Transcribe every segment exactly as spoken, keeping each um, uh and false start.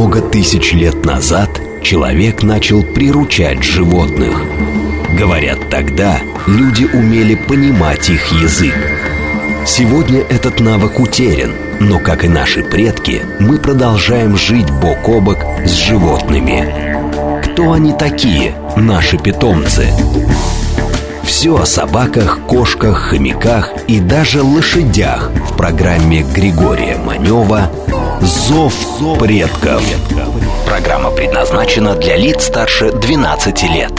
Много тысяч лет назад человек начал приручать животных. Говорят, тогда люди умели понимать их язык. Сегодня этот навык утерян, но, как и наши предки, мы продолжаем жить бок о бок с животными. Кто они такие, наши питомцы? Все о собаках, кошках, хомяках и даже лошадях в программе Григория Манева «Зов предков». Программа предназначена для лиц старше двенадцати лет.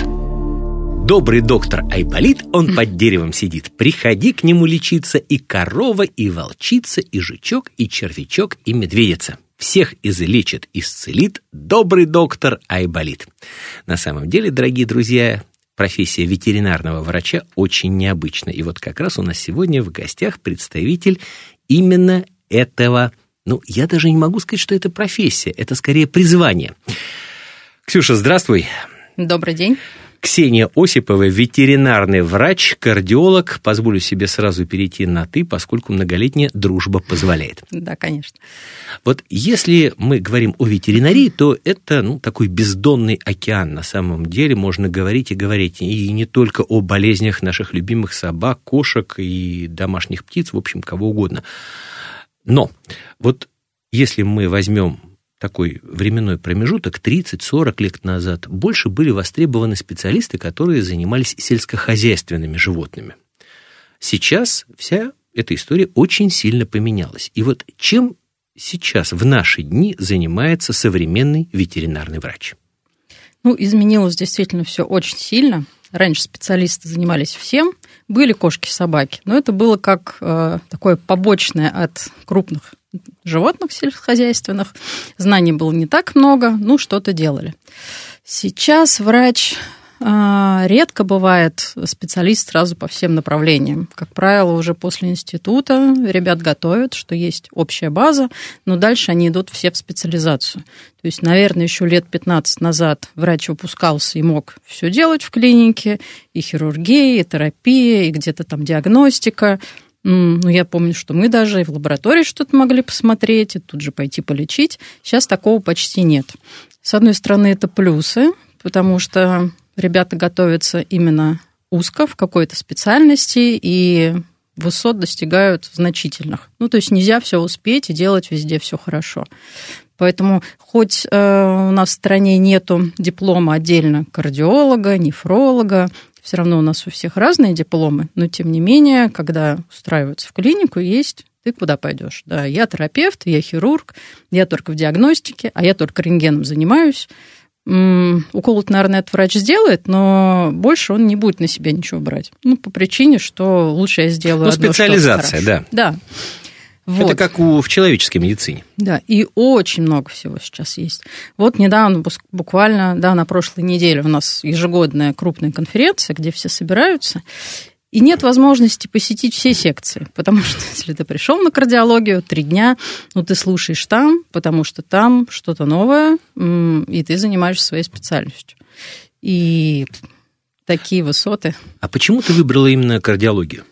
Добрый доктор Айболит, он под деревом сидит. Приходи к нему лечиться, и корова, и волчица, и жучок, и червячок, и медведица. Всех излечит, исцелит добрый доктор Айболит. На самом деле, дорогие друзья, профессия ветеринарного врача очень необычна. И вот как раз у нас сегодня в гостях представитель именно этого, ну, я даже не могу сказать, что это профессия, это скорее призвание. Ксюша, здравствуй. Добрый день. Ксения Осипова, ветеринарный врач, кардиолог. Позволю себе сразу перейти на «ты», поскольку многолетняя дружба позволяет. Да, конечно. Вот если мы говорим о ветеринарии, то это, ну, такой бездонный океан. На самом деле можно говорить и говорить. И не только о болезнях наших любимых собак, кошек и домашних птиц, в общем, кого угодно. Но вот если мы возьмем такой временной промежуток, тридцать-сорок лет назад, больше были востребованы специалисты, которые занимались сельскохозяйственными животными. Сейчас вся эта история очень сильно поменялась. И вот чем сейчас в наши дни занимается современный ветеринарный врач? Ну, изменилось действительно все очень сильно. Раньше специалисты занимались всем, были кошки-собаки, но это было как э, такое побочное от крупных животных сельскохозяйственных. Знаний было не так много, ну, что-то делали. Сейчас врач э, редко бывает специалист сразу по всем направлениям. Как правило, уже после института ребят готовят, что есть общая база, но дальше они идут все в специализацию. То есть, наверное, еще лет пятнадцать назад врач выпускался и мог все делать в клинике, и хирургия, и терапия, и где-то там диагностика. Ну, я помню, что мы даже и в лаборатории что-то могли посмотреть, и тут же пойти полечить. Сейчас такого почти нет. С одной стороны, это плюсы, потому что ребята готовятся именно узко в какой-то специальности и высот достигают значительных. Ну, то есть нельзя все успеть и делать везде все хорошо. Поэтому хоть э, у нас в стране нету диплома отдельно кардиолога, нефролога, все равно у нас у всех разные дипломы, но тем не менее, когда устраиваются в клинику, есть ты куда пойдешь. Да, я терапевт, я хирург, я только в диагностике, а я только рентгеном занимаюсь. Укол-то, наверное, этот врач сделает, но больше он не будет на себя ничего брать. Ну, по причине, что лучше я сделаю ну, одно, специализация, да. Да. Вот. Это как у, в человеческой медицине. Да, и очень много всего сейчас есть. Вот недавно, буквально, да, на прошлой неделе у нас ежегодная крупная конференция, где все собираются, и нет возможности посетить все секции, потому что если ты пришел на кардиологию три дня, ну, ты слушаешь там, потому что там что-то новое, и ты занимаешься своей специальностью. И такие высоты. А почему ты выбрала именно кардиологию?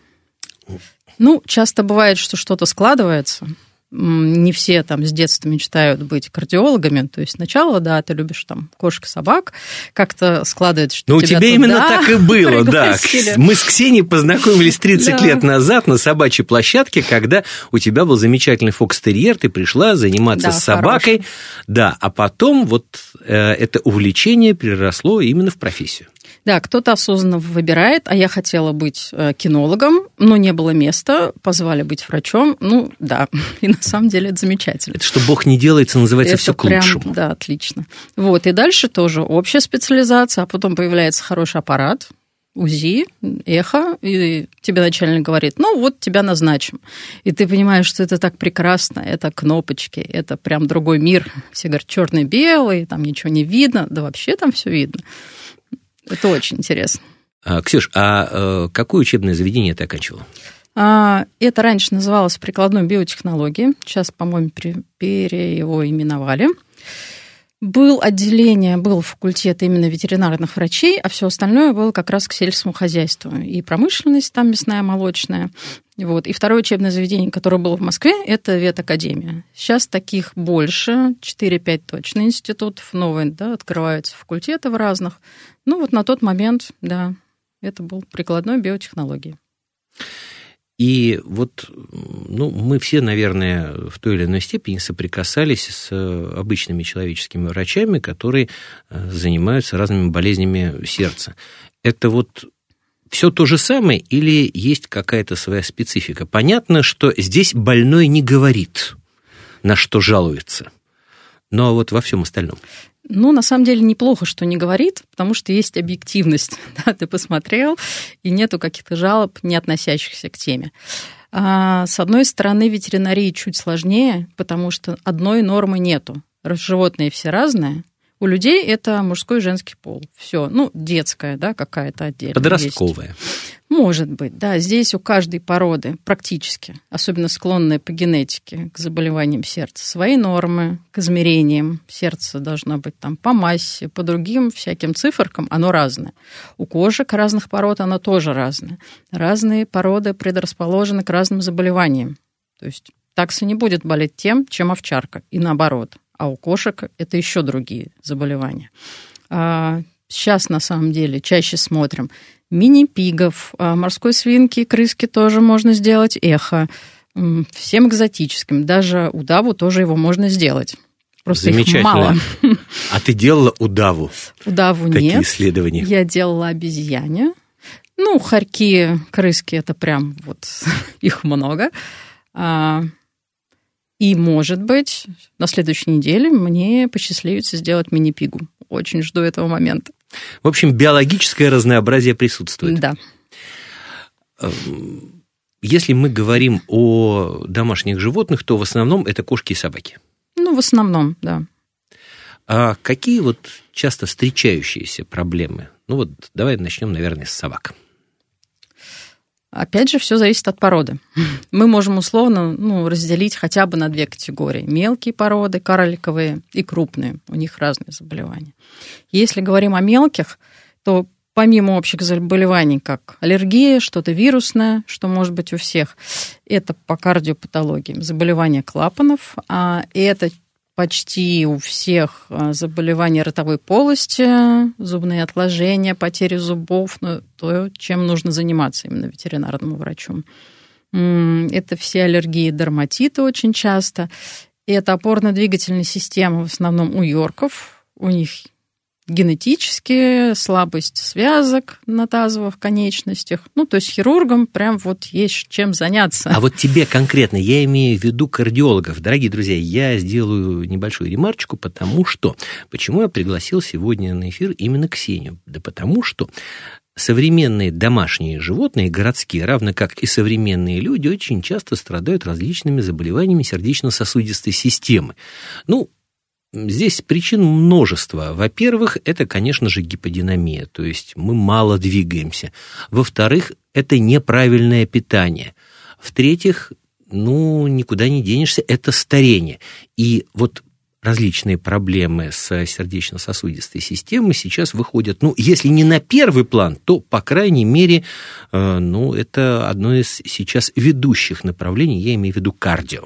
Ну, часто бывает, что что-то складывается. Не все там с детства мечтают быть кардиологами. То есть сначала, да, ты любишь там кошек, собак, как-то складывается, что ну, тебя у тебя именно так и было, да. пригласили. Мы с Ксенией познакомились тридцать лет назад на собачьей площадке, когда у тебя был замечательный фокстерьер, ты пришла заниматься Да, с собакой. хороший. Да, а потом вот э, это увлечение переросло именно в профессию. Да, кто-то осознанно выбирает, а я хотела быть кинологом, но не было места, позвали быть врачом. Ну, да, и на самом деле это замечательно. Это что Бог не делается, называется это все к прям, лучшему. Да, отлично. Вот, и дальше тоже общая специализация, а потом появляется хороший аппарат, УЗИ, эхо, и тебе начальник говорит, ну, вот тебя назначим. И ты понимаешь, что это так прекрасно, это кнопочки, это прям другой мир. Все говорят, черно-белый, там ничего не видно, да вообще там все видно. Это очень интересно. А, Ксюш, а какое учебное заведение ты оканчивала? Это раньше называлось прикладной биотехнологией. Сейчас, по-моему, пере его именовали. Был отделение, был факультет именно ветеринарных врачей, а все остальное было как раз к сельскому хозяйству. И промышленность там мясная, молочная. Вот. И второе учебное заведение, которое было в Москве, это ветакадемия. Сейчас таких больше, четыре-пять точно институтов, новые, да, открываются факультеты в разных. Ну вот на тот момент, да, это был прикладной биотехнологии. И вот, ну, мы все, наверное, в той или иной степени соприкасались с обычными человеческими врачами, которые занимаются разными болезнями сердца. Это вот все то же самое или есть какая-то своя специфика? Понятно, что здесь больной не говорит, на что жалуется, но вот во всем остальном. Ну, на самом деле, неплохо, что не говорит, потому что есть объективность. Да, ты посмотрел, и нету каких-то жалоб, не относящихся к теме. А, с одной стороны, ветеринарии чуть сложнее, потому что одной нормы нету. Животные все разные. У людей это мужской и женский пол. Все, ну, детская, да, какая-то отдельная. Подростковая. Есть. Может быть, да. Здесь у каждой породы практически, особенно склонные по генетике к заболеваниям сердца, свои нормы к измерениям. Сердце должно быть там по массе, по другим всяким циферкам, оно разное. У кошек разных пород оно тоже разное. Разные породы предрасположены к разным заболеваниям. То есть такса не будет болеть тем, чем овчарка, и наоборот. А у кошек это еще другие заболевания. Сейчас, на самом деле, чаще смотрим мини-пигов, морской свинки, крыски тоже можно сделать эхо. Всем экзотическим. Даже удаву тоже его можно сделать. Просто их мало. А ты делала удаву? Удаву нет. Такие исследования? Я делала обезьяне. Ну, хорьки, крыски, это прям вот их много. И, может быть, на следующей неделе мне посчастливится сделать мини-пигу. Очень жду этого момента. В общем, биологическое разнообразие присутствует. Да. Если мы говорим о домашних животных, то в основном это кошки и собаки. Ну, в основном, да. А какие вот часто встречающиеся проблемы? Ну вот давай начнем, наверное, с собак. Опять же, все зависит от породы. Мы можем условно ну, разделить хотя бы на две категории. Мелкие породы, карликовые, и крупные. У них разные заболевания. Если говорим о мелких, то помимо общих заболеваний, как аллергия, что-то вирусное, что может быть у всех, это по кардиопатологии заболевания клапанов, а это почти у всех заболевания ротовой полости, зубные отложения, потери зубов, ну, то, чем нужно заниматься именно ветеринарному врачу. Это все аллергии, дерматиты очень часто. И это опорно-двигательная система в основном у йорков. У них генетически слабость связок на тазовых конечностях. Ну, то есть хирургам прям вот есть чем заняться. А вот тебе конкретно, я имею в виду кардиологов. Дорогие друзья, я сделаю небольшую ремарочку, потому что... Почему я пригласил сегодня на эфир именно Ксению? Да потому что современные домашние животные, городские, равно как и современные люди, очень часто страдают различными заболеваниями сердечно-сосудистой системы. Ну, здесь причин множество. Во-первых, это, конечно же, гиподинамия, то есть мы мало двигаемся. Во-вторых, это неправильное питание. В-третьих, ну, никуда не денешься, это старение. И вот различные проблемы с сердечно-сосудистой системой сейчас выходят, ну, если не на первый план, то, по крайней мере, ну, это одно из сейчас ведущих направлений, я имею в виду кардио.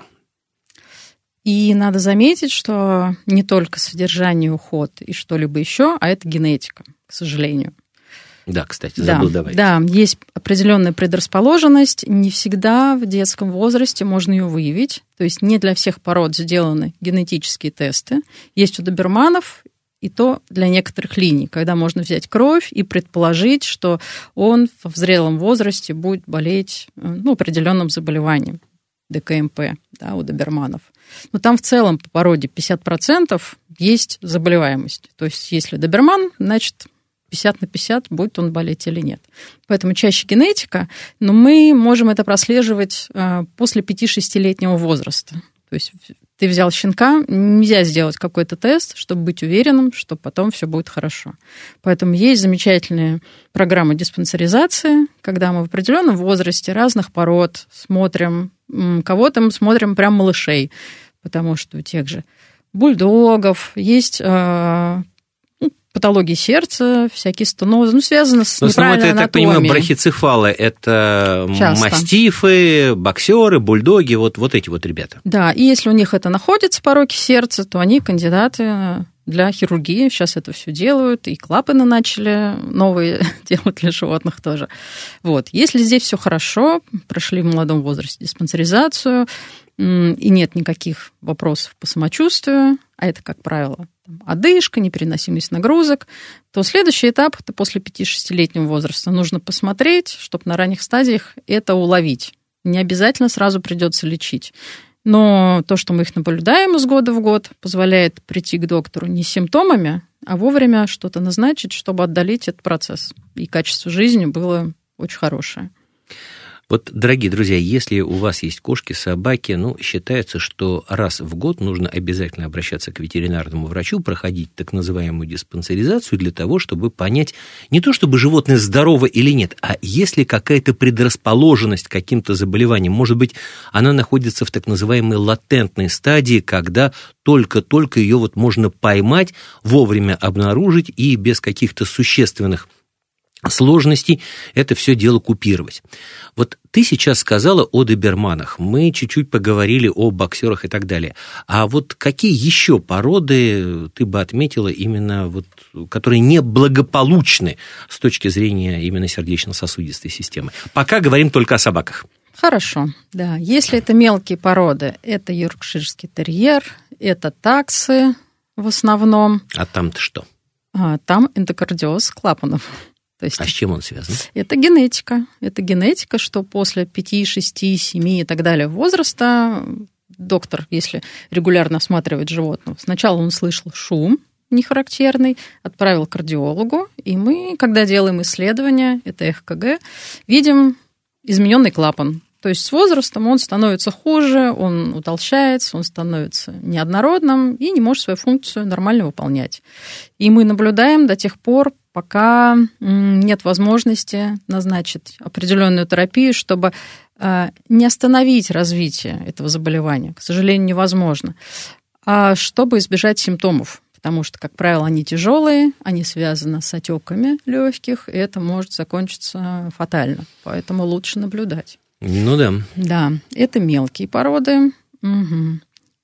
И надо заметить, что не только содержание, уход и что-либо еще, а это генетика, к сожалению. Да, кстати, забыл да, добавить. Да, есть определенная предрасположенность, не всегда в детском возрасте можно ее выявить. То есть не для всех пород сделаны генетические тесты. Есть у доберманов, и то для некоторых линий, когда можно взять кровь и предположить, что он в зрелом возрасте будет болеть ну, определенным заболеванием. дэ ка эм пэ, да, у доберманов. Но там в целом по породе пятьдесят процентов есть заболеваемость. То есть если доберман, значит пятьдесят на пятьдесят, будет он болеть или нет. Поэтому чаще генетика, но мы можем это прослеживать после пяти-шестилетнего возраста. То есть ты взял щенка, нельзя сделать какой-то тест, чтобы быть уверенным, что потом все будет хорошо. Поэтому есть замечательная программа диспансеризации, когда мы в определенном возрасте разных пород смотрим, кого-то мы смотрим прям малышей, потому что у тех же бульдогов, есть э, ну, патологии сердца, всякие стенозы, ну, связано с неправильной анатомией. Я так понимаю, брахицефалы – это часто мастифы, боксеры, бульдоги, вот, вот эти вот ребята. Да, и если у них это находится, пороки сердца, то они кандидаты для хирургии. Сейчас это все делают, и клапаны начали новые делать для животных тоже. Вот. Если здесь все хорошо, прошли в молодом возрасте диспансеризацию, и нет никаких вопросов по самочувствию, а это, как правило, там, одышка, непереносимость нагрузок, то следующий этап, это после пяти-шестилетнего возраста, нужно посмотреть, чтобы на ранних стадиях это уловить. Не обязательно сразу придется лечить. Но то, что мы их наблюдаем из года в год, позволяет прийти к доктору не с симптомами, а вовремя что-то назначить, чтобы отдалить этот процесс. И качество жизни было очень хорошее. Вот, дорогие друзья, если у вас есть кошки, собаки, ну, считается, что раз в год нужно обязательно обращаться к ветеринарному врачу, проходить так называемую диспансеризацию для того, чтобы понять не то, чтобы животное здорово или нет, а есть ли какая-то предрасположенность к каким-то заболеваниям. Может быть, она находится в так называемой латентной стадии, когда только-только ее вот можно поймать, вовремя обнаружить и без каких-то существенных сложностей это все дело купировать. Вот ты сейчас сказала о доберманах, мы чуть-чуть поговорили о боксерах и так далее. А вот какие еще породы ты бы отметила именно, вот, которые неблагополучны с точки зрения именно сердечно-сосудистой системы? Пока говорим только о собаках. Хорошо, да. Если это мелкие породы, это йоркширский терьер, это таксы в основном. А там-то что? А, там эндокардиоз клапанов. То есть а с чем он связан? Это генетика. Это генетика, что после пяти, шести, семи и так далее возраста доктор, если регулярно осматривает животного, сначала он слышал шум нехарактерный, отправил к кардиологу, и мы, когда делаем исследования, это эх ка гэ, видим измененный клапан. То есть с возрастом он становится хуже, он утолщается, он становится неоднородным и не может свою функцию нормально выполнять. И мы наблюдаем до тех пор, пока нет возможности назначить определенную терапию, чтобы не остановить развитие этого заболевания. К сожалению, невозможно. А чтобы избежать симптомов, потому что, как правило, они тяжелые, они связаны с отеками легких, и это может закончиться фатально. Поэтому лучше наблюдать. Ну да. Да, это мелкие породы. Угу.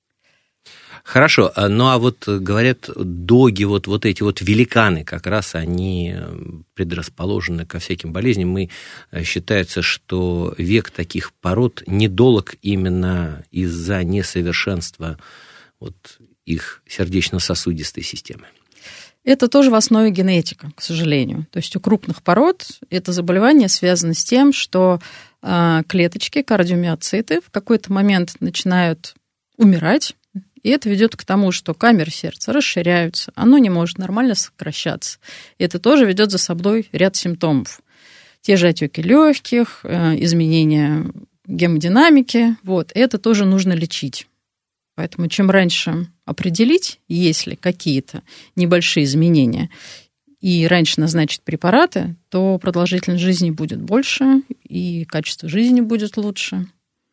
Хорошо, ну а вот говорят, доги, вот, вот эти вот великаны, как раз они предрасположены ко всяким болезням. И считается, что век таких пород недолг именно из-за несовершенства вот их сердечно-сосудистой системы. Это тоже в основе генетика, к сожалению. То есть у крупных пород это заболевание связано с тем, что клеточки, кардиомиоциты в какой-то момент начинают умирать, и это ведет к тому, что камеры сердца расширяются, оно не может нормально сокращаться. И это тоже ведет за собой ряд симптомов. Те же отеки легких, изменения гемодинамики, вот, это тоже нужно лечить. Поэтому чем раньше определить, есть ли какие-то небольшие изменения, и раньше назначить препараты, то продолжительность жизни будет больше, и качество жизни будет лучше.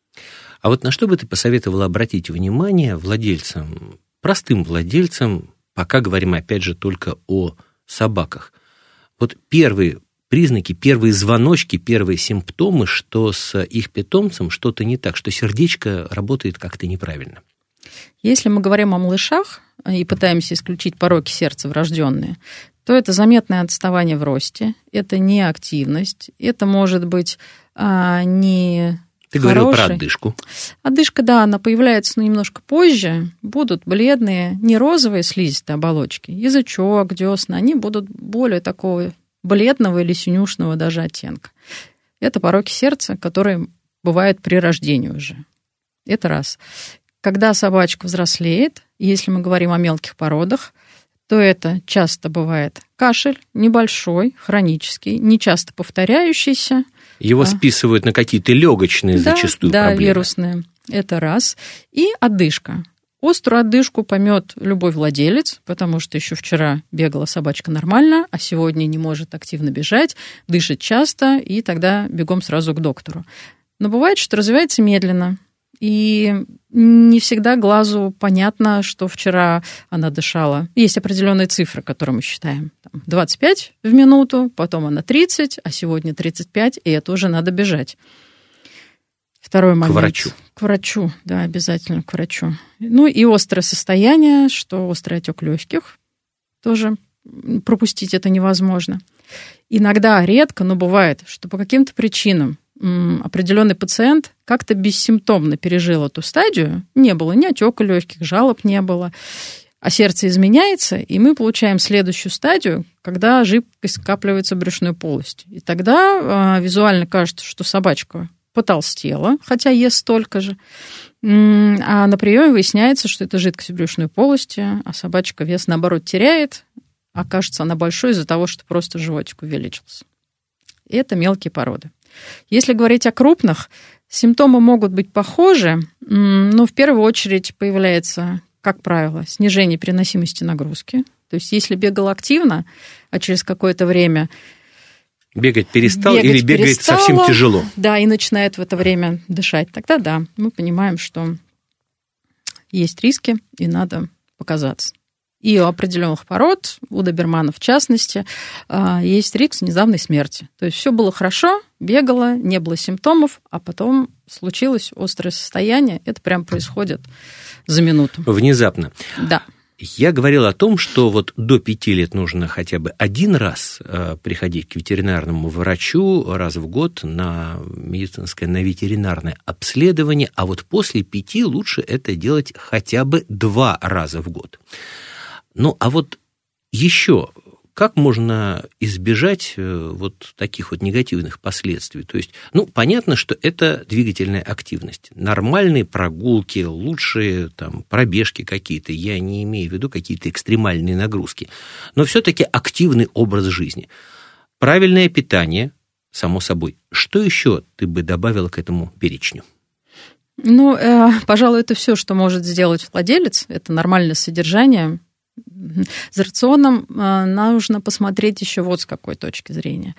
А вот на что бы ты посоветовала обратить внимание владельцам, простым владельцам, пока говорим опять же только о собаках? Вот первые признаки, первые звоночки, первые симптомы, что с их питомцем что-то не так, что сердечко работает как-то неправильно. Если мы говорим о малышах и пытаемся исключить пороки сердца врожденные, то это заметное отставание в росте, это неактивность, это может быть а, не Ты хороший. говорил про одышку. Одышка, да, она появляется ну, немножко позже, будут бледные, не розовые слизистые оболочки, язычок, десна, они будут более такого бледного или синюшного даже оттенка. Это пороки сердца, которые бывают при рождении уже. Это раз. Когда собачка взрослеет, если мы говорим о мелких породах, то это часто бывает кашель небольшой, хронический, нечасто повторяющийся. Его а, списывают на какие-то легочные да, зачастую да, проблемы. Да, вирусные. Это раз. И одышка. Острую одышку поймет любой владелец, потому что еще вчера бегала собачка нормально, а сегодня не может активно бежать, дышит часто, и тогда бегом сразу к доктору. Но бывает, что развивается медленно. И не всегда глазу понятно, что вчера она дышала. Есть определенные цифры, которые мы считаем. Там, двадцать пять в минуту, потом она тридцать, а сегодня тридцать пять, и это уже надо бежать. Второй момент. К врачу. К врачу, да, обязательно к врачу. Ну и острое состояние, что острый отек легких, тоже пропустить это невозможно. Иногда, редко, но бывает, что по каким-то причинам определенный пациент как-то бессимптомно пережил эту стадию, не было ни отека легких, жалоб не было, а сердце изменяется, и мы получаем следующую стадию, когда жидкость скапливается в брюшной полости. И тогда э, визуально кажется, что собачка потолстела, хотя ест столько же, а на приеме выясняется, что это жидкость в брюшной полости, а собачка вес, наоборот, теряет, а кажется она большой из-за того, что просто животик увеличился. И это мелкие породы. Если говорить о крупных, симптомы могут быть похожи, но в первую очередь появляется, как правило, снижение переносимости нагрузки. То есть если бегал активно, а через какое-то время бегать перестал бегать или бегает перестала, совсем тяжело. Да, и начинает в это время дышать, тогда да, мы понимаем, что есть риски, и надо показаться. И у определенных пород, у добермана в частности, есть риск внезапной смерти. То есть все было хорошо, бегало, не было симптомов, а потом случилось острое состояние. Это прям происходит за минуту. Внезапно. Да. Я говорил о том, что вот до пяти лет нужно хотя бы один раз приходить к ветеринарному врачу раз в год на медицинское, на ветеринарное обследование, а вот после пяти лучше это делать хотя бы два раза в год. Ну, а вот еще как можно избежать вот таких вот негативных последствий? То есть, ну, понятно, что это двигательная активность. Нормальные прогулки, лучшие там пробежки какие-то, я не имею в виду какие-то экстремальные нагрузки, но все-таки активный образ жизни. Правильное питание, само собой. Что еще ты бы добавила к этому перечню? Ну, э, пожалуй, это все, что может сделать владелец. Это нормальное содержание. За рационом нужно посмотреть еще вот с какой точки зрения.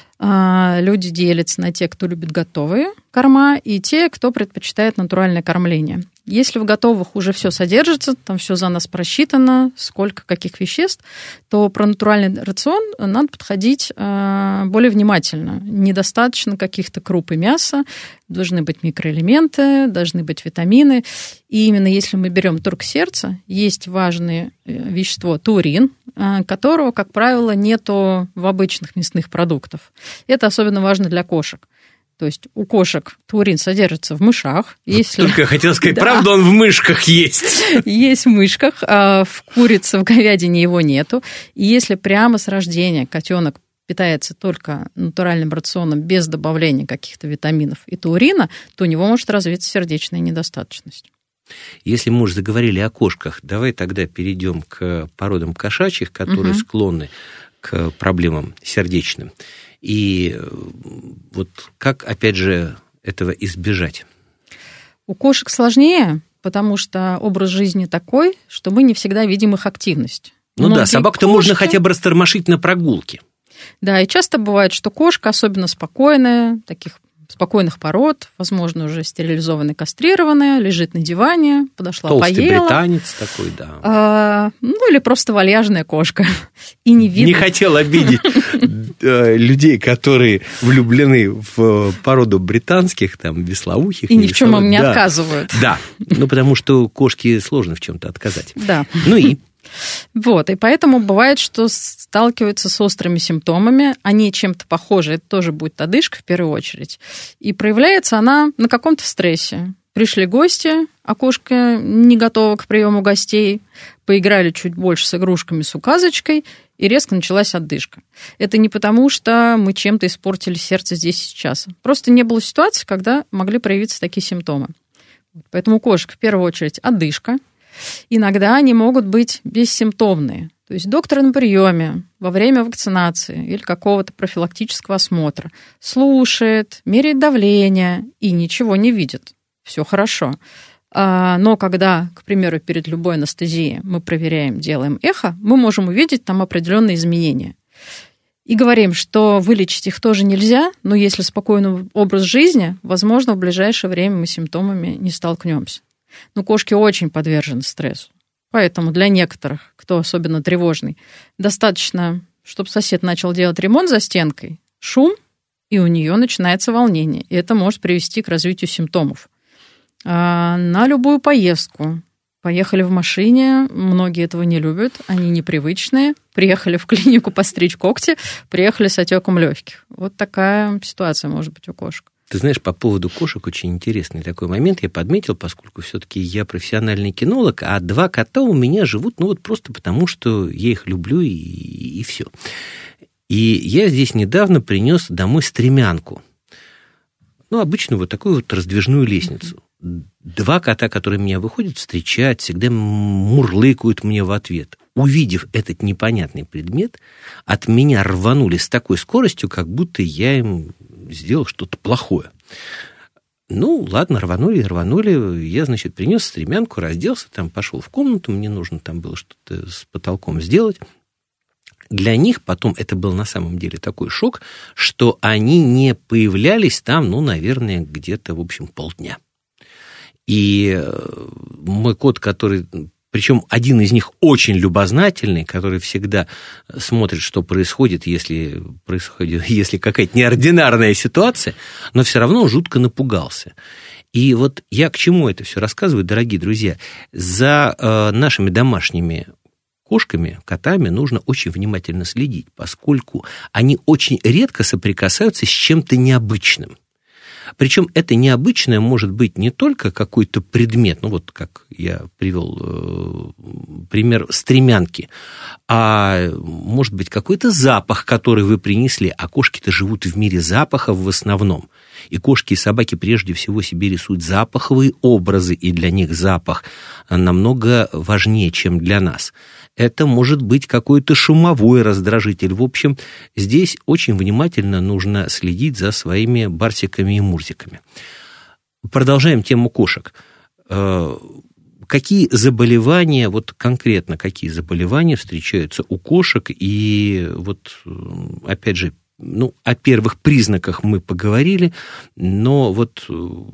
Люди делятся на те, кто любит готовые корма, и те, кто предпочитает натуральное кормление. Если в готовых уже все содержится, там все за нас просчитано, сколько каких веществ, то про натуральный рацион надо подходить более внимательно. Недостаточно каких-то круп и мяса, должны быть микроэлементы, должны быть витамины. И именно если мы берем только сердце, есть важное вещество таурин, которого, как правило, нету в обычных мясных продуктах. Это особенно важно для кошек. То есть у кошек таурин содержится в мышах. Если... Только я хотел сказать, да. Правда, он в мышках есть? Есть в мышках, а в курице, в говядине его нету. И если прямо с рождения котенок питается только натуральным рационом без добавления каких-то витаминов и таурина, то у него может развиться сердечная недостаточность. Если мы уже заговорили о кошках, давай тогда перейдем к породам кошачьих, которые угу. склонны к проблемам сердечным. И вот как, опять же, этого избежать? У кошек сложнее, потому что образ жизни такой, что мы не всегда видим их активность. Ну Многие да, собаку-то кошки... можно хотя бы растормошить на прогулке. Да, и часто бывает, что кошка, особенно спокойная, таких спокойных пород, возможно, уже стерилизованная, кастрированная, лежит на диване, подошла, толстый поела. Толстый британец такой, да. А, ну, или просто вальяжная кошка. И не видно. Не хотел обидеть людей, которые влюблены в породу британских, там, веслоухих. И ни в чем им не отказывают. Да, ну, потому что кошке сложно в чем-то отказать. Да. Ну и... Вот, и поэтому бывает, что сталкиваются с острыми симптомами, они чем-то похожи, это тоже будет одышка в первую очередь, и проявляется она на каком-то стрессе. Пришли гости, а кошка не готова к приему гостей, поиграли чуть больше с игрушками, с указочкой, и резко началась одышка. Это не потому, что мы чем-то испортили сердце здесь и сейчас. Просто не было ситуации, когда могли проявиться такие симптомы. Поэтому у кошек в первую очередь одышка. Иногда они могут быть бессимптомные. То есть доктор на приеме во время вакцинации или какого-то профилактического осмотра слушает, меряет давление и ничего не видит. Все хорошо. Но когда, к примеру, перед любой анестезией мы проверяем, делаем эхо, мы можем увидеть там определенные изменения. И говорим, что вылечить их тоже нельзя, но если спокойный образ жизни, возможно, в ближайшее время мы с симптомами не столкнемся. Но кошки очень подвержены стрессу. Поэтому для некоторых, кто особенно тревожный, достаточно, чтобы сосед начал делать ремонт за стенкой, шум, и у нее начинается волнение. И это может привести к развитию симптомов. А на любую поездку. Поехали в машине, многие этого не любят, они непривычные. Приехали в клинику постричь когти, приехали с отеком легких. Вот такая ситуация может быть у кошек. Ты знаешь, по поводу кошек очень интересный такой момент я подметил, поскольку все-таки я профессиональный кинолог, а два кота у меня живут, ну вот просто потому, что я их люблю и, и все. И я здесь недавно принес домой стремянку. Ну, обычную вот такую вот раздвижную лестницу. Два кота, которые меня выходят встречать, всегда мурлыкают мне в ответ. Увидев этот непонятный предмет, от меня рванули с такой скоростью, как будто я им сделал что-то плохое. Ну, ладно, рванули, рванули. Я, значит, принес стремянку, разделся, там пошел в комнату, мне нужно там было что-то с потолком сделать. Для них потом это был на самом деле такой шок, что они не появлялись там, ну, наверное, где-то, в общем, полдня. И мой кот, который... Причем один из них очень любознательный, который всегда смотрит, что происходит, если происходит, если какая-то неординарная ситуация, но все равно он жутко напугался. И вот я к чему это все рассказываю, дорогие друзья? За э, нашими домашними кошками, котами нужно очень внимательно следить, поскольку они очень редко соприкасаются с чем-то необычным. Причем это необычное может быть не только какой-то предмет, ну вот как я привел э, пример стремянки, а может быть какой-то запах, который вы принесли, а кошки-то живут в мире запахов в основном. И кошки и собаки прежде всего себе рисуют запаховые образы, и для них запах намного важнее, чем для нас. Это может быть какой-то шумовой раздражитель. В общем, здесь очень внимательно нужно следить за своими барсиками и мурзиками. Продолжаем тему кошек. Какие заболевания, вот конкретно какие заболевания встречаются у кошек? И вот, опять же, ну, о первых признаках мы поговорили, но вот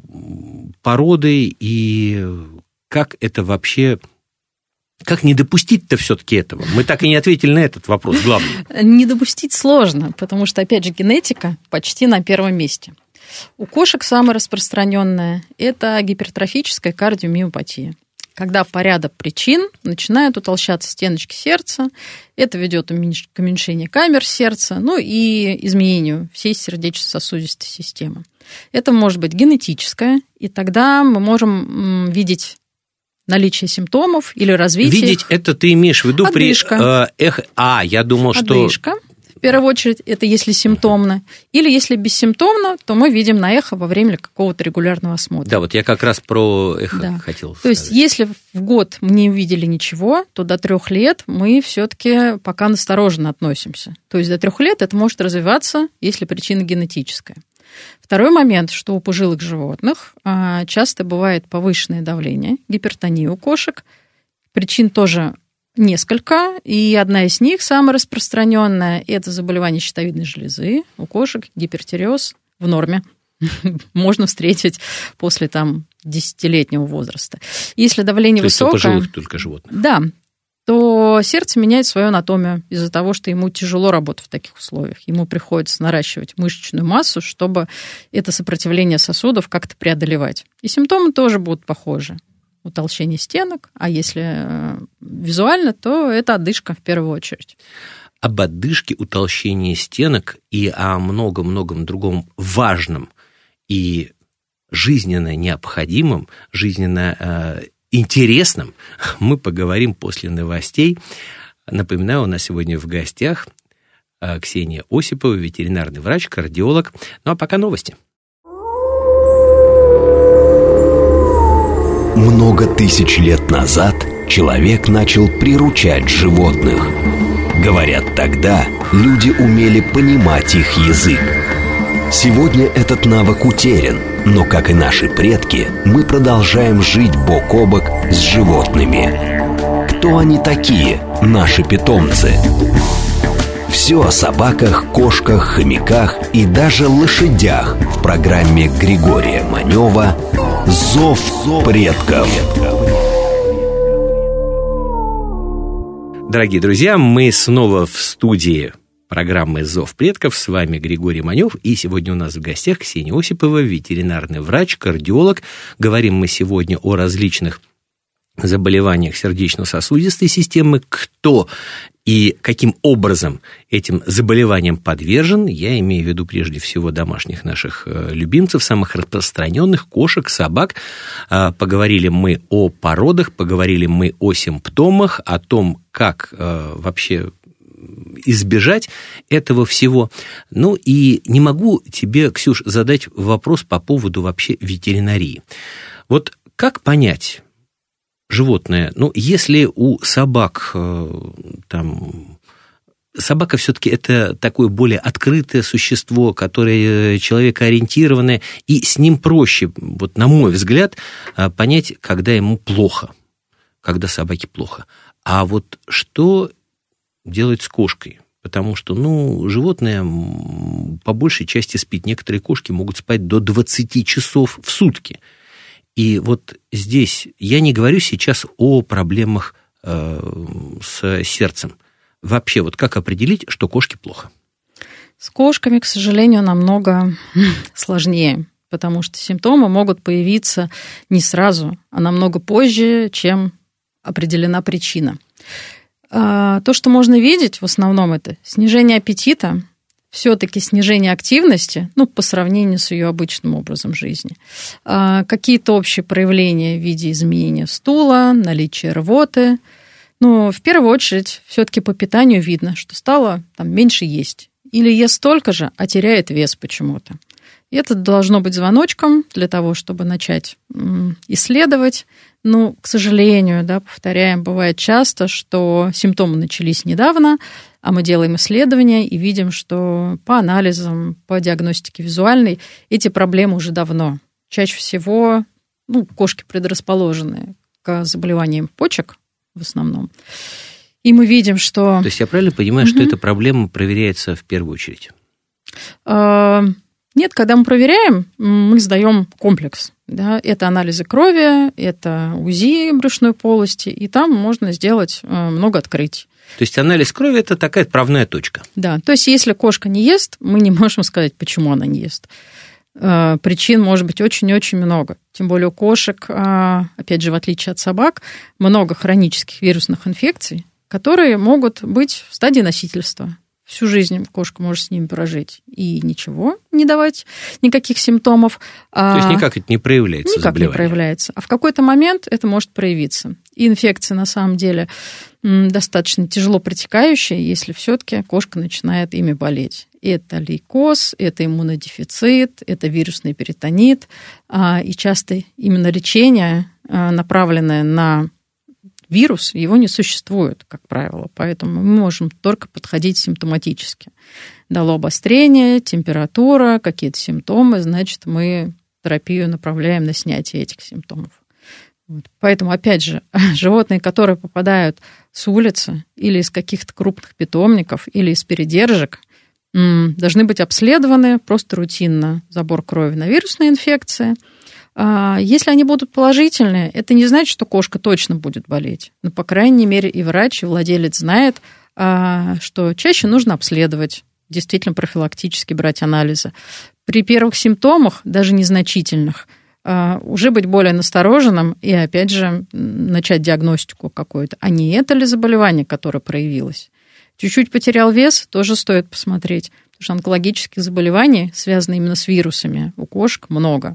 породы и как это вообще... Как не допустить-то все-таки этого? Мы так и не ответили на этот вопрос, главный. Не допустить сложно, потому что, опять же, генетика почти на первом месте. У кошек самое распространенное – это гипертрофическая кардиомиопатия. Когда по ряду причин начинают утолщаться стеночки сердца, это ведет к уменьшению камер сердца, ну и изменению всей сердечно-сосудистой системы. Это может быть генетическое, и тогда мы можем видеть наличие симптомов или развитие. Видеть их. Это ты имеешь в виду Одышка. при... Э, эх, а, я думал, что... Одышка. В первую очередь, это если симптомно. Или если бессимптомно, то мы видим на эхо во время какого-то регулярного осмотра. Да, вот я как раз про эхо да. хотел сказать. То есть, если в год мы не увидели ничего, то до трех лет мы все-таки пока настороженно относимся. То есть, до трех лет это может развиваться, если причина генетическая. Второй момент, что у пожилых животных часто бывает повышенное давление, гипертония у кошек. Причин тоже несколько, и одна из них, самая распространенная, это заболевание щитовидной железы. У кошек гипертиреоз в норме. Можно встретить после там, десятилетнего возраста. Если давление То есть высокое... у пожилых только животных? Да. То сердце меняет свою анатомию из-за того, что ему тяжело работать в таких условиях. Ему приходится наращивать мышечную массу, чтобы это сопротивление сосудов как-то преодолевать. И симптомы тоже будут похожи. Утолщение стенок, а если визуально, то это одышка в первую очередь. Об одышке, утолщении стенок и о многом-многом другом важном и жизненно необходимом, жизненно интересным мы поговорим после новостей. Напоминаю, у нас сегодня в гостях Ксения Осипова, ветеринарный врач, кардиолог. Ну а пока новости. Много тысяч лет назад человек начал приручать животных. Говорят, тогда люди умели понимать их язык. Сегодня этот навык утерян, но, как и наши предки, мы продолжаем жить бок о бок с животными. Кто они такие, наши питомцы? В Все о собаках, кошках, хомяках и даже лошадях в программе Григория Манева «Зов предков». Дорогие друзья, мы снова в студии программы «Зов предков». С вами Григорий Манев. И сегодня у нас в гостях Ксения Осипова, ветеринарный врач, кардиолог. Говорим мы сегодня о различных заболеваниях сердечно-сосудистой системы. Кто и каким образом этим заболеваниям подвержен, я имею в виду прежде всего домашних наших любимцев, самых распространенных, кошек, собак. Поговорили мы о породах, поговорили мы о симптомах, о том, как вообще избежать этого всего. Ну и не могу тебе, Ксюш, задать вопрос по поводу вообще ветеринарии. Вот как понять животное, ну, если у собак там... Собака все-таки это такое более открытое существо, которое человекоориентированное, и с ним проще, вот на мой взгляд, понять, когда ему плохо, когда собаке плохо. А вот что делать с кошкой? Потому что, ну, животное по большей части спит. Некоторые кошки могут спать до двадцати часов в сутки. И вот здесь я не говорю сейчас о проблемах э, с сердцем. Вообще, вот как определить, что кошке плохо? С кошками, к сожалению, намного сложнее, потому что симптомы могут появиться не сразу, а намного позже, чем определена причина. То, что можно видеть, в основном это снижение аппетита, все-таки снижение активности, ну, по сравнению с ее обычным образом жизни. Какие-то общие проявления в виде изменения стула, наличия рвоты. Но в первую очередь все-таки по питанию видно, что стало там меньше есть. Или ест столько же, а теряет вес почему-то. И это должно быть звоночком для того, чтобы начать исследовать. Ну, к сожалению, да, повторяем, бывает часто, что симптомы начались недавно, а мы делаем исследования и видим, что по анализам, по диагностике визуальной эти проблемы уже давно. Чаще всего, ну, кошки предрасположены к заболеваниям почек в основном. И мы видим, что... То есть я правильно понимаю, угу. что эта проблема проверяется в первую очередь? Нет, когда мы проверяем, мы сдаем комплекс. Да? Это анализы крови, это УЗИ брюшной полости, и там можно сделать много открытий. То есть анализ крови – это такая отправная точка. Да, то есть если кошка не ест, мы не можем сказать, почему она не ест. Причин может быть очень-очень много. Тем более у кошек, опять же, в отличие от собак, много хронических вирусных инфекций, которые могут быть в стадии носительства. Всю жизнь кошка может с ними прожить и ничего не давать, никаких симптомов. То есть никак это не проявляется Никак заболевание? Не проявляется. А в какой-то момент это может проявиться. И инфекция, на самом деле, достаточно тяжело протекающая, если все-таки кошка начинает ими болеть. Это лейкоз, это иммунодефицит, это вирусный перитонит. И часто именно лечение, направленное на вирус, его не существует, как правило, поэтому мы можем только подходить симптоматически. Дало обострение, температура, какие-то симптомы, значит, мы терапию направляем на снятие этих симптомов. Вот. Поэтому, опять же, животные, которые попадают с улицы или из каких-то крупных питомников, или из передержек, должны быть обследованы просто рутинно. Забор крови на вирусные инфекции. Если они будут положительные, это не значит, что кошка точно будет болеть. Но, по крайней мере, и врач, и владелец знает, что чаще нужно обследовать, действительно профилактически брать анализы. При первых симптомах, даже незначительных, уже быть более настороженным и, опять же, начать диагностику какую-то. А не это ли заболевание, которое проявилось? Чуть-чуть потерял вес, тоже стоит посмотреть. Потому что онкологических заболеваний, связанных именно с вирусами, у кошек много.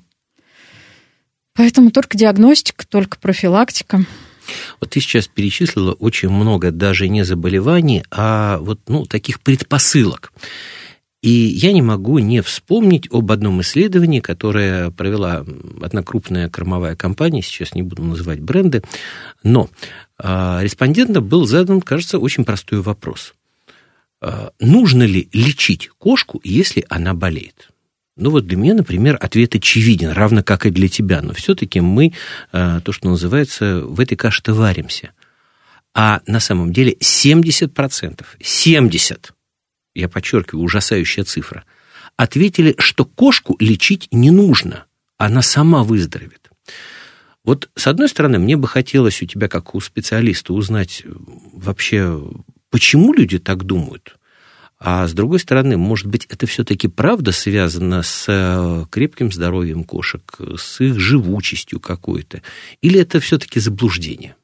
Поэтому только диагностика, только профилактика. Вот ты сейчас перечислила очень много даже не заболеваний, а вот, ну, таких предпосылок. И я не могу не вспомнить об одном исследовании, которое провела одна крупная кормовая компания, сейчас не буду называть бренды, но респондентам был задан, кажется, очень простой вопрос. Нужно ли лечить кошку, если она болеет? Ну вот для меня, например, ответ очевиден, равно как и для тебя, но все-таки мы, то, что называется, в этой каше-то варимся. А на самом деле семьдесят процентов, семьдесят процентов я подчеркиваю, ужасающая цифра, ответили, что кошку лечить не нужно, она сама выздоровеет. Вот, с одной стороны, мне бы хотелось у тебя, как у специалиста, узнать вообще, почему люди так думают. А с другой стороны, может быть, это все-таки правда связано с крепким здоровьем кошек, с их живучестью какой-то? Или это все-таки заблуждение?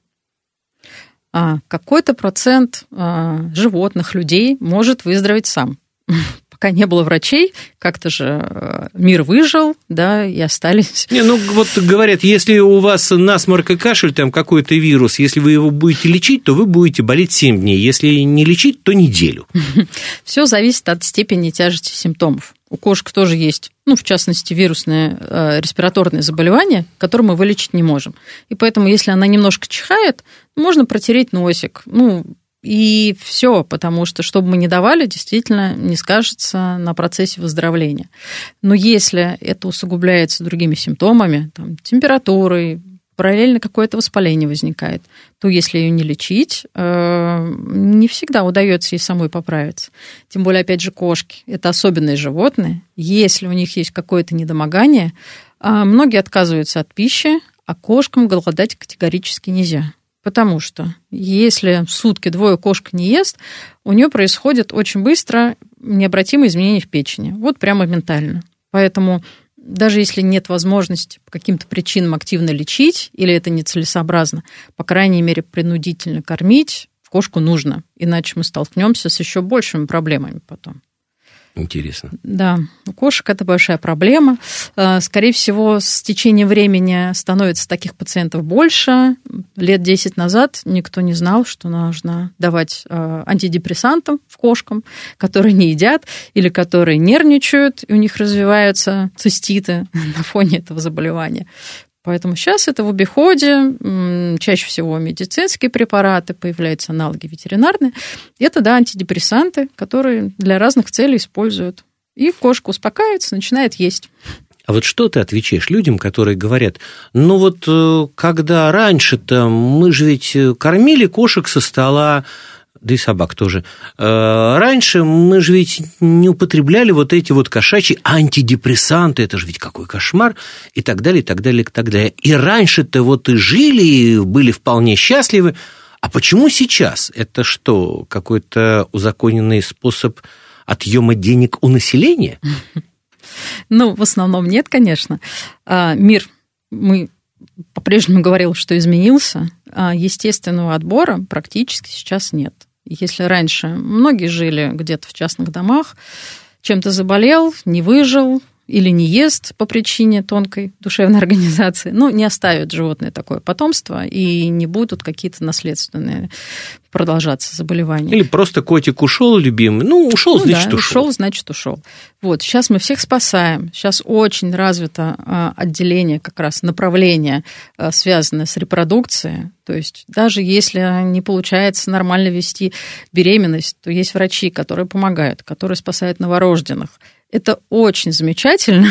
А какой-то процент а, животных, людей может выздороветь сам. Пока не было врачей, как-то же мир выжил, да, и остались... Не, ну вот говорят, если у вас насморк и кашель, там какой-то вирус, если вы его будете лечить, то вы будете болеть семь дней, если не лечить, то неделю. Все зависит от степени тяжести симптомов. У кошек тоже есть, ну, в частности, вирусное э, респираторное заболевание, которое мы вылечить не можем. И поэтому, если она немножко чихает, можно протереть носик, ну, и все, потому что, что бы мы ни давали, действительно не скажется на процессе выздоровления. Но если это усугубляется другими симптомами, там, температурой, параллельно какое-то воспаление возникает, то если ее не лечить, не всегда удается ей самой поправиться. Тем более, опять же, кошки – это особенные животные. Если у них есть какое-то недомогание, многие отказываются от пищи, а кошкам голодать категорически нельзя. Потому что если в сутки двое кошка не ест, у нее происходит очень быстро необратимые изменения в печени. Вот прямо моментально. Поэтому даже если нет возможности по каким-то причинам активно лечить, или это нецелесообразно, по крайней мере, принудительно кормить кошку нужно. Иначе мы столкнемся с еще большими проблемами потом. Интересно. Да, у кошек это большая проблема. Скорее всего, с течением времени становится таких пациентов больше. Лет десять назад никто не знал, что нужно давать антидепрессантам в кошкам, которые не едят или которые нервничают, и у них развиваются циститы на фоне этого заболевания. Поэтому сейчас это в обиходе, чаще всего медицинские препараты, появляются аналоги ветеринарные. Это, да, антидепрессанты, которые для разных целей используют. И кошка успокаивается, начинает есть. А вот что ты отвечаешь людям, которые говорят, ну вот когда раньше-то мы же ведь кормили кошек со стола, да и собак тоже. Раньше мы же ведь не употребляли вот эти вот кошачьи антидепрессанты, это же ведь какой кошмар, и так далее, и так далее, и так далее. И раньше-то вот и жили, и были вполне счастливы. А почему сейчас? Это что, какой-то узаконенный способ отъема денег у населения? Ну, в основном нет, конечно. Мир, мы по-прежнему говорил, что изменился, а естественного отбора практически сейчас нет. Если раньше многие жили где-то в частных домах, чем-то заболел, не выжил или не ест по причине тонкой душевной организации, ну, не оставят животные такое потомство, и не будут какие-то наследственные продолжаться заболевания. Или просто котик ушел, любимый. Ну, ушел, ну, значит, да, ушел. Ушел, значит, ушел. Вот, сейчас мы всех спасаем. Сейчас очень развито отделение, как раз направление, связанное с репродукцией. То есть даже если не получается нормально вести беременность, то есть врачи, которые помогают, которые спасают новорожденных. Это очень замечательно.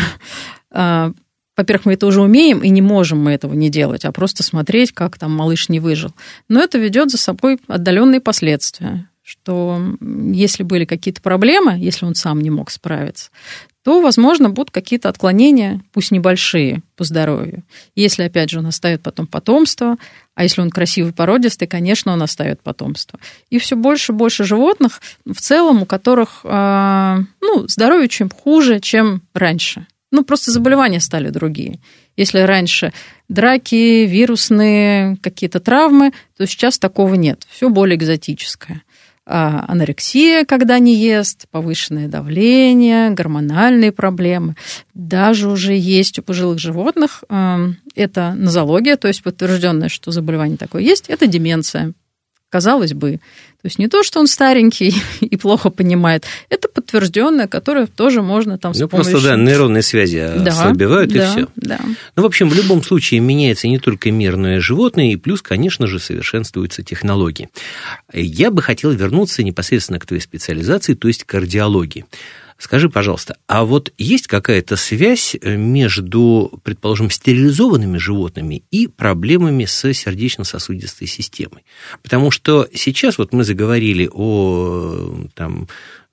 Во-первых, мы это уже умеем, и не можем мы этого не делать, а просто смотреть, как там малыш не выжил. Но это ведет за собой отдаленные последствия, что если были какие-то проблемы, если он сам не мог справиться, то, возможно, будут какие-то отклонения, пусть небольшие, по здоровью. Если, опять же, он оставит потом потомство, а если он красивый, породистый, конечно, он оставит потомство. И все больше и больше животных, в целом, у которых ну, здоровье чем хуже, чем раньше. Ну, просто заболевания стали другие. Если раньше драки, вирусные какие-то травмы, то сейчас такого нет. Все более экзотическое. А анорексия, когда не ест, повышенное давление, гормональные проблемы. Даже уже есть у пожилых животных, это нозология, то есть подтвержденное, что заболевание такое есть, это деменция. Казалось бы. То есть не то, что он старенький и плохо понимает, это подтвержденное, которое тоже можно там с ну, помощью... просто, да, нейронные связи да, ослабевают, да, и все. Да. Ну, в общем, в любом случае меняется не только мир, но и животные, и плюс, конечно же, совершенствуются технологии. Я бы хотел вернуться непосредственно к твоей специализации, то есть к кардиологии. Скажи, пожалуйста, а вот есть какая-то связь между, предположим, стерилизованными животными и проблемами с сердечно-сосудистой системой? Потому что сейчас вот мы заговорили о там,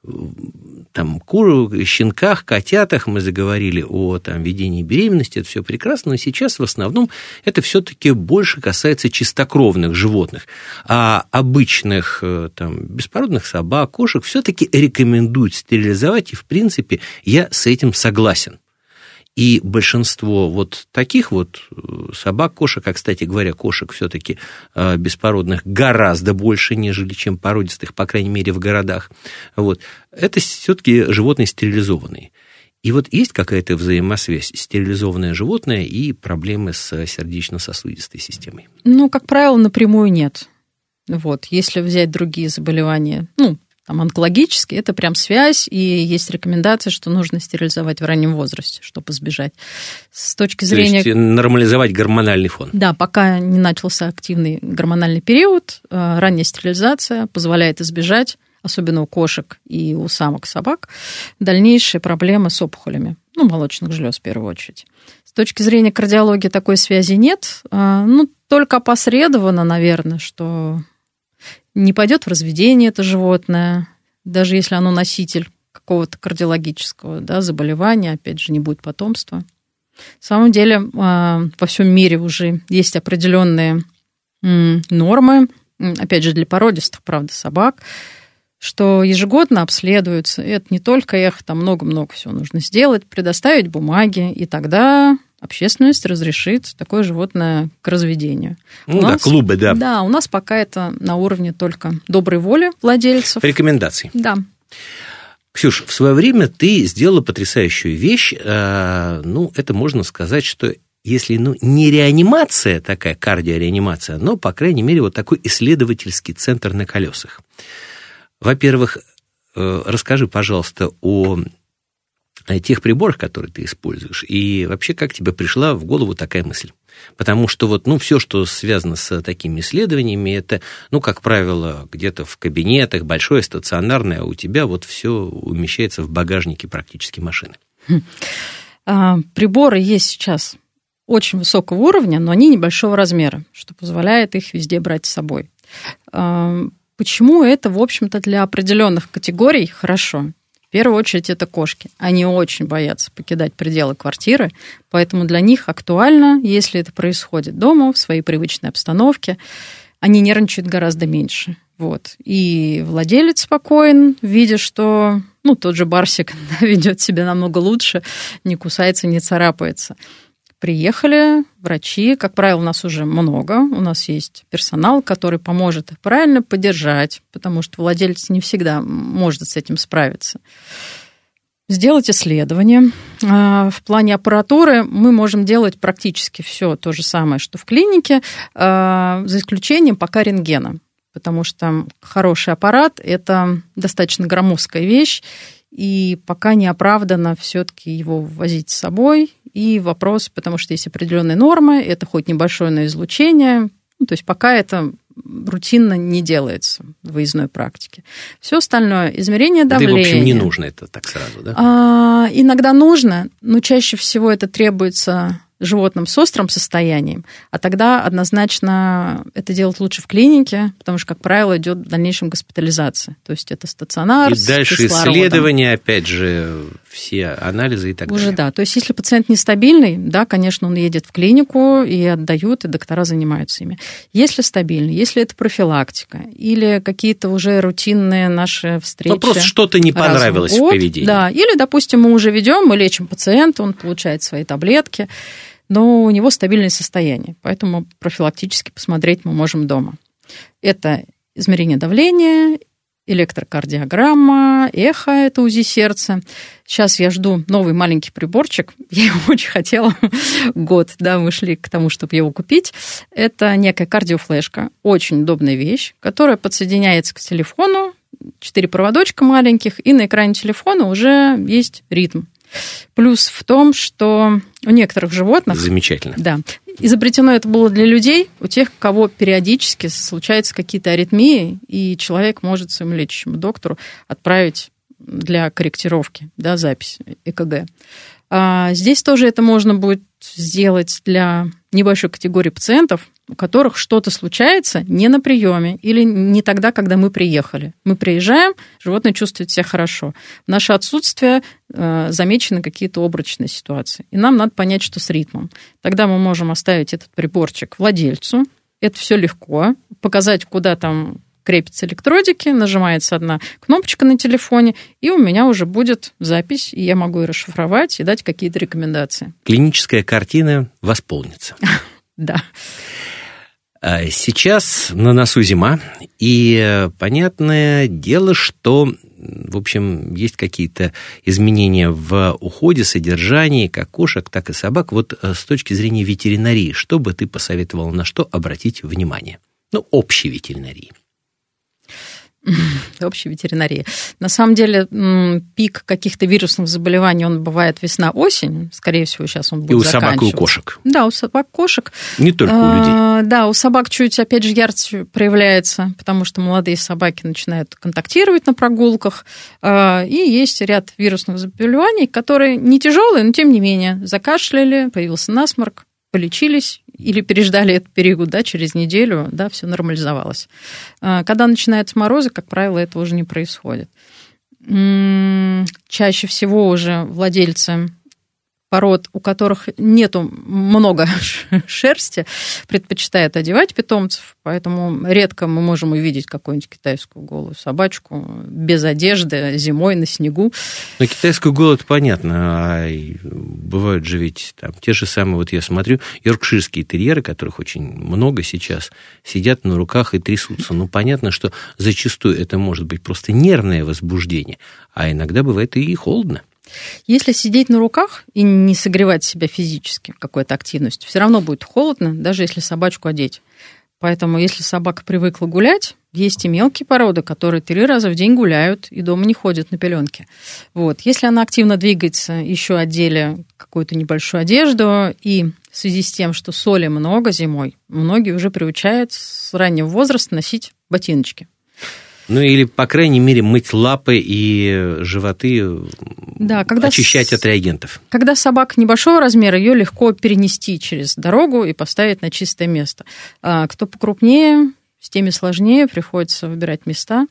там, кур, щенках, котятах, мы заговорили о там, ведении беременности, это все прекрасно, но сейчас в основном это все-таки больше касается чистокровных животных, а обычных там, беспородных собак, кошек все-таки рекомендуют стерилизовать, и, в принципе, я с этим согласен. И большинство вот таких вот собак, кошек, а, кстати говоря, кошек все-таки беспородных гораздо больше, нежели чем породистых, по крайней мере, в городах, вот, это все-таки животные стерилизованные. И вот есть какая-то взаимосвязь стерилизованное животное и проблемы с сердечно-сосудистой системой? Ну, как правило, напрямую нет. Вот, если взять другие заболевания, ну, там, онкологические, это прям связь, и есть рекомендация, что нужно стерилизовать в раннем возрасте, чтобы избежать. С точки зрения... То есть нормализовать гормональный фон. Да, пока не начался активный гормональный период, ранняя стерилизация позволяет избежать, особенно у кошек и у самок собак, дальнейшие проблемы с опухолями, ну, молочных желез в первую очередь. С точки зрения кардиологии такой связи нет, ну, только опосредованно, наверное, что... не пойдет в разведение это животное, даже если оно носитель какого-то кардиологического, да, заболевания, опять же, не будет потомства. На самом деле, во всем мире уже есть определенные нормы, опять же, для породистых, правда, собак, что ежегодно обследуются. И это не только эхо, там много-много всего нужно сделать, предоставить бумаги, и тогда... общественность разрешит такое животное к разведению. Ну у да, нас, клубы, да. Да, у нас пока это на уровне только доброй воли владельцев. Рекомендаций. Да. Ксюш, в свое время ты сделала потрясающую вещь. Ну, это можно сказать, что если ну, не реанимация такая, кардиореанимация, но, по крайней мере, вот такой исследовательский центр на колесах. Во-первых, расскажи, пожалуйста, о тех приборах, которые ты используешь, и вообще, как тебе пришла в голову такая мысль? Потому что вот, ну, все, что связано с такими исследованиями, это, ну, как правило, где-то в кабинетах, большое, стационарное, а у тебя вот все умещается в багажнике практически машины. Приборы есть сейчас очень высокого уровня, но они небольшого размера, что позволяет их везде брать с собой. Почему это, в общем-то, для определенных категорий хорошо? В первую очередь это кошки. Они очень боятся покидать пределы квартиры, поэтому для них актуально, если это происходит дома, в своей привычной обстановке, они нервничают гораздо меньше. Вот. И владелец спокоен, видя, что ну, тот же барсик ведет себя намного лучше, не кусается, не царапается. Приехали врачи, как правило, у нас уже много, у нас есть персонал, который поможет их правильно поддержать, потому что владелец не всегда может с этим справиться. Сделать исследование. В плане аппаратуры мы можем делать практически все то же самое, что в клинике, за исключением пока рентгена, потому что хороший аппарат – это достаточно громоздкая вещь, и пока не оправдано все-таки его возить с собой. И вопрос, потому что есть определенные нормы, это хоть небольшое, но излучение, ну, то есть пока это рутинно не делается в выездной практике. Все остальное, измерение давления. Да и, в общем, не нужно это так сразу, да? А, иногда нужно, но чаще всего это требуется животным с острым состоянием, а тогда однозначно это делать лучше в клинике, потому что, как правило, идет в дальнейшем госпитализация. То есть это стационар. И дальше исследования, опять же, все анализы и так Уже далее. Да. То есть если пациент нестабильный, да, конечно, он едет в клинику и отдают, и доктора занимаются ими. Если стабильный, если это профилактика или какие-то уже рутинные наши встречи. Ну, просто что-то не понравилось в поведении. Да, или, допустим, мы уже ведем, мы лечим пациента, он получает свои таблетки, но у него стабильное состояние, поэтому профилактически посмотреть мы можем дома. Это измерение давления, электрокардиограмма, эхо, это УЗИ сердца. Сейчас я жду новый маленький приборчик, я его очень хотела год, да, мы шли к тому, чтобы его купить. Это некая кардиофлешка, очень удобная вещь, которая подсоединяется к телефону, четыре проводочка маленьких, и на экране телефона уже есть ритм. Плюс в том, что у некоторых животных... Замечательно. Да. Изобретено это было для людей, у тех, у кого периодически случаются какие-то аритмии, и человек может своему лечащему доктору отправить для корректировки, да, запись ЭКГ. А здесь тоже это можно будет сделать для небольшой категории пациентов, у которых что-то случается не на приеме или не тогда, когда мы приехали. Мы приезжаем, животное чувствует себя хорошо. В наше отсутствие э, замечены какие-то обрачные ситуации. И нам надо понять, что с ритмом. Тогда мы можем оставить этот приборчик владельцу. Это все легко. Показать, куда там крепятся электродики, нажимается одна кнопочка на телефоне, и у меня уже будет запись, и я могу ее расшифровать и дать какие-то рекомендации. Клиническая картина восполнится. Да. Сейчас на носу зима, и понятное дело, что, в общем, есть какие-то изменения в уходе, содержании как кошек, так и собак. Вот с точки зрения ветеринарии, что бы ты посоветовала, на что обратить внимание? Ну, общей ветеринарии. Общей ветеринарии. На самом деле, пик каких-то вирусных заболеваний, он бывает весна-осень. Скорее всего, сейчас он будет заканчиваться. И у собак, и у кошек. Да, у собак, кошек. Не только у людей. Да, у собак чуть, опять же, ярче проявляется, потому что молодые собаки начинают контактировать на прогулках. И есть ряд вирусных заболеваний, которые не тяжелые, но тем не менее закашляли, появился насморк, полечились или переждали этот период, да, через неделю, да, все нормализовалось. Когда начинаются морозы, как правило, это уже не происходит. Чаще всего уже владельцы пород, у которых нету много шерсти, предпочитают одевать питомцев, поэтому редко мы можем увидеть какую-нибудь китайскую голую собачку без одежды зимой на снегу. Но китайскую голую это понятно, а бывают же ведь там те же самые, вот я смотрю, йоркширские терьеры, которых очень много сейчас, сидят на руках и трясутся. Ну, понятно, что зачастую это может быть просто нервное возбуждение, а иногда бывает и холодно. Если сидеть на руках и не согревать себя физически какой-то активностью, все равно будет холодно, даже если собачку одеть. Поэтому, если собака привыкла гулять, есть и мелкие породы, которые три раза в день гуляют и дома не ходят на пеленке. Вот. Если она активно двигается, еще одели какую-то небольшую одежду, и в связи с тем, что соли много зимой, многие уже приучают с раннего возраста носить ботиночки. Ну, или, по крайней мере, мыть лапы и животы, да, когда очищать с... от реагентов. Когда собака небольшого размера, ее легко перенести через дорогу и поставить на чистое место. А кто покрупнее, с теми сложнее, приходится выбирать места.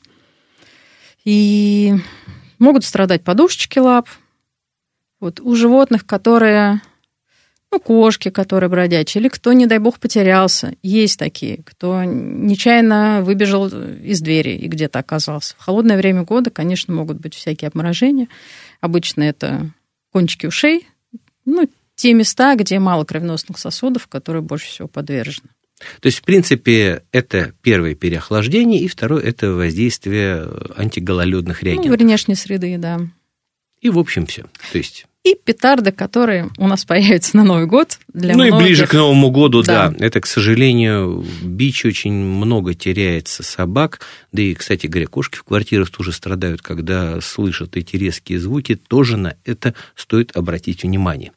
И могут страдать подушечки лап. Вот у животных, которые... Ну, кошки, которые бродячие, или кто, не дай бог, потерялся. Есть такие, кто нечаянно выбежал из двери и где-то оказался. В холодное время года, конечно, могут быть всякие обморожения. Обычно это кончики ушей, ну, те места, где мало кровеносных сосудов, которые больше всего подвержены. То есть, в принципе, это первое переохлаждение, и второе – это воздействие антигололедных реагентов. Ну, внешней среды, да. И, в общем, все. То есть... И петарды, которые у нас появятся на Новый год. Для ну многих. И ближе к Новому году, да. да. Это, к сожалению, бич очень много теряется собак. Да и, кстати говоря, кошки в квартирах тоже страдают, когда слышат эти резкие звуки. Тоже на это стоит обратить внимание.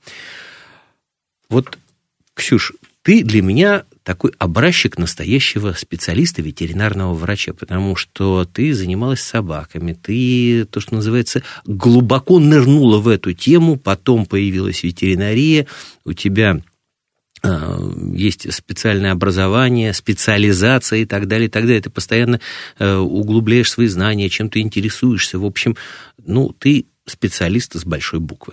Вот, Ксюш, ты для меня такой образчик настоящего специалиста, ветеринарного врача, потому что ты занималась собаками, ты, то, что называется, глубоко нырнула в эту тему, потом появилась ветеринария, у тебя э, есть специальное образование, специализация и так далее, и так далее. Ты постоянно э, углубляешь свои знания, чем ты интересуешься. В общем, ну, ты специалист с большой буквы.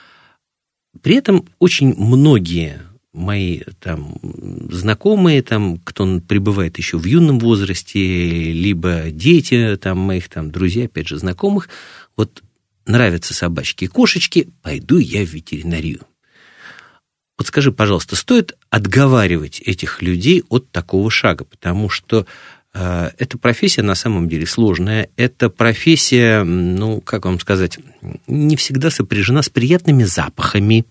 При этом очень многие... мои там знакомые, там, кто пребывает еще в юном возрасте, либо дети там, моих там, друзей, опять же, знакомых, вот нравятся собачки и кошечки, пойду я в ветеринарию. Вот скажи, пожалуйста, стоит отговаривать этих людей от такого шага, потому что э, эта профессия на самом деле сложная, эта профессия, ну, как вам сказать, не всегда сопряжена с приятными запахами.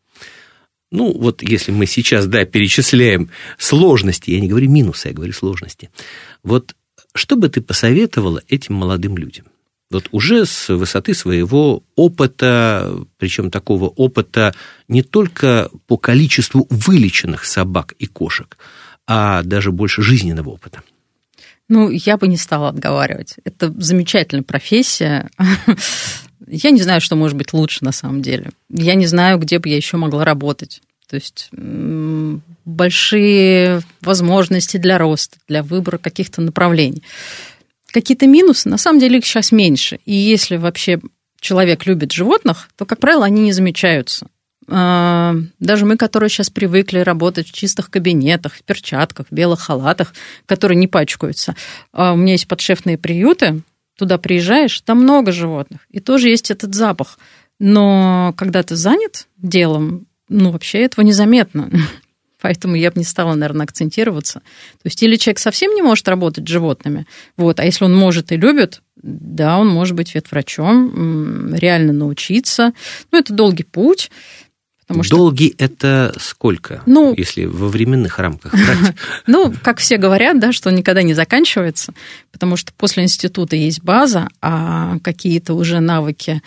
Ну, вот если мы сейчас, да, перечисляем сложности, я не говорю минусы, я говорю сложности, вот что бы ты посоветовала этим молодым людям? Вот уже с высоты своего опыта, причем такого опыта не только по количеству вылеченных собак и кошек, а даже больше жизненного опыта. Ну, я бы не стала отговаривать. Это замечательная профессия. Я не знаю, что может быть лучше на самом деле. Я не знаю, где бы я еще могла работать. То есть большие возможности для роста, для выбора каких-то направлений. Какие-то минусы, на самом деле их сейчас меньше. И если вообще человек любит животных, то, как правило, они не замечаются. Даже мы, которые сейчас привыкли работать в чистых кабинетах, в перчатках, в белых халатах, которые не пачкаются. У меня есть подшефные приюты, туда приезжаешь, там много животных, и тоже есть этот запах. Но когда ты занят делом, ну, вообще этого незаметно. Поэтому я бы не стала, наверное, акцентироваться. То есть или человек совсем не может работать с животными, вот, а если он может и любит, да, он может быть ветврачом, реально научиться. Ну, это долгий путь. Что... Долгий – это сколько, ну, если во временных рамках брать? Ну, как все говорят, да, что он никогда не заканчивается, потому что после института есть база, а какие-то уже навыки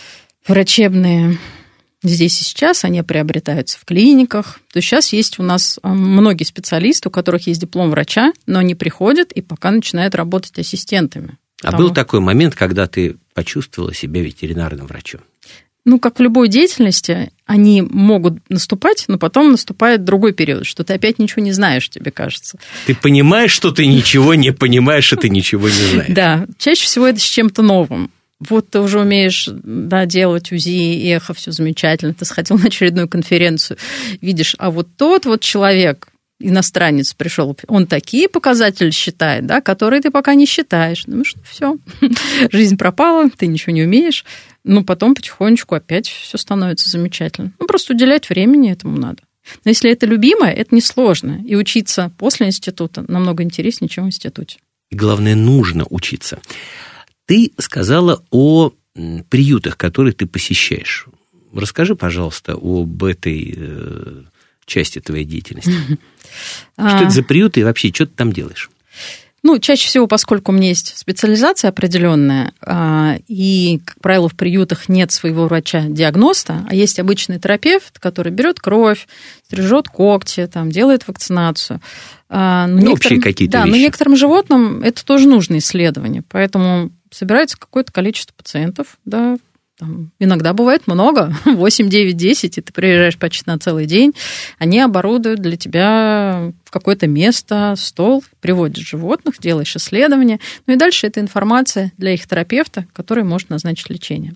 врачебные здесь и сейчас, они приобретаются в клиниках. То есть сейчас есть у нас многие специалисты, у которых есть диплом врача, но они приходят и пока начинают работать ассистентами. А потому... был такой момент, когда ты почувствовала себя ветеринарным врачом? Ну, как в любой деятельности, они могут наступать, но потом наступает другой период, что ты опять ничего не знаешь, тебе кажется. Ты понимаешь, что ты ничего не понимаешь, что ты ничего не знаешь. Да, чаще всего это с чем-то новым. Вот ты уже умеешь, да, делать УЗИ, эхо, все замечательно, ты сходил на очередную конференцию, видишь, а вот тот вот человек, иностранец пришел, он такие показатели считает, да, которые ты пока не считаешь. Ну что, все, жизнь пропала, ты ничего не умеешь. Ну, потом потихонечку опять все становится замечательно. Ну, просто уделять времени этому надо. Но если это любимое, это несложно. И учиться после института намного интереснее, чем в институте. И главное, нужно учиться. Ты сказала о приютах, которые ты посещаешь. Расскажи, пожалуйста, об этой э, части твоей деятельности. Что это за приюты и вообще, что ты там делаешь? Ну, чаще всего, поскольку у меня есть специализация определенная, и, как правило, в приютах нет своего врача-диагноста, а есть обычный терапевт, который берет кровь, стрижет когти, там, делает вакцинацию. Но ну, общие какие-то да, вещи. Но некоторым животным это тоже нужно исследование, поэтому собирается какое-то количество пациентов, да, там, иногда бывает много, восемь, девять, десять, и ты приезжаешь почти на целый день, они оборудуют для тебя какое-то место, стол, приводят животных, делаешь исследования, ну и дальше это информация для их терапевта, который может назначить лечение.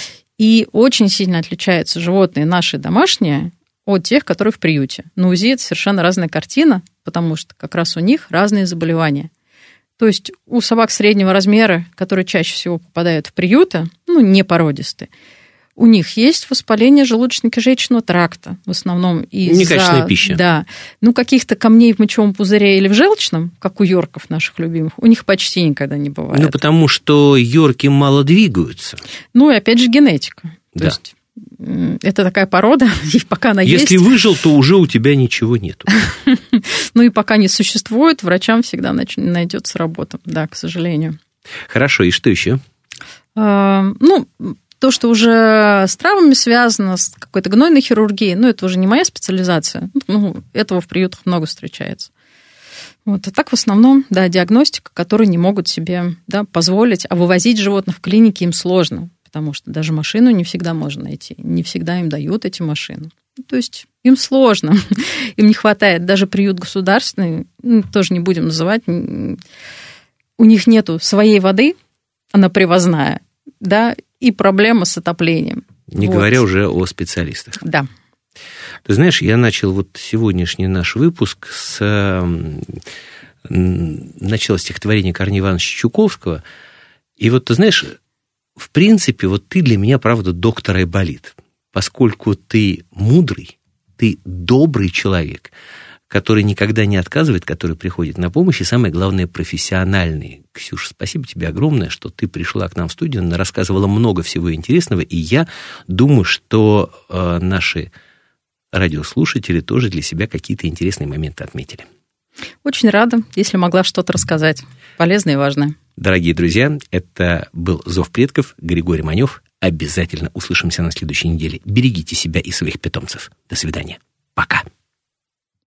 И очень сильно отличаются животные наши домашние от тех, которые в приюте. На УЗИ это совершенно разная картина, потому что как раз у них разные заболевания. То есть у собак среднего размера, которые чаще всего попадают в приюты, ну, не породистые, у них есть воспаление желудочно-кишечного тракта, в основном из-за... Некачественная пища. Да. Ну, каких-то камней в мочевом пузыре или в желчном, как у йорков наших любимых, у них почти никогда не бывает. Ну, потому что йорки мало двигаются. Ну, и опять же генетика. То да. есть это такая порода, и пока она есть... Если выжил, то уже у тебя ничего нету. Ну и пока не существует, врачам всегда найдется работа, да, к сожалению. Хорошо, и что еще? Ну, то, что уже с травмами связано, с какой-то гнойной хирургией, ну, это уже не моя специализация. Ну, этого в приютах много встречается. Вот. А так в основном, да, диагностика, которую не могут себе, да, позволить, а вывозить животных в клинике им сложно, потому что даже машину не всегда можно найти, не всегда им дают эти машины. То есть им сложно, им не хватает. Даже приют государственный, ну, тоже не будем называть, у них нету своей воды, она привозная, да, и проблема с отоплением. Не вот. Говоря уже о специалистах. Да. Ты знаешь, я начал вот сегодняшний наш выпуск с начала стихотворения Корнея Ивановича Чуковского. И вот, ты знаешь, в принципе, вот ты для меня, правда, доктор Айболит, поскольку ты мудрый, ты добрый человек, который никогда не отказывает, который приходит на помощь, и самое главное, профессиональный. Ксюша, спасибо тебе огромное, что ты пришла к нам в студию, рассказывала много всего интересного, и я думаю, что э, наши радиослушатели тоже для себя какие-то интересные моменты отметили. Очень рада, если могла что-то рассказать, полезное и важное. Дорогие друзья, это был «Зов предков», Григорий Манев. Обязательно услышимся на следующей неделе. Берегите себя и своих питомцев. До свидания. Пока.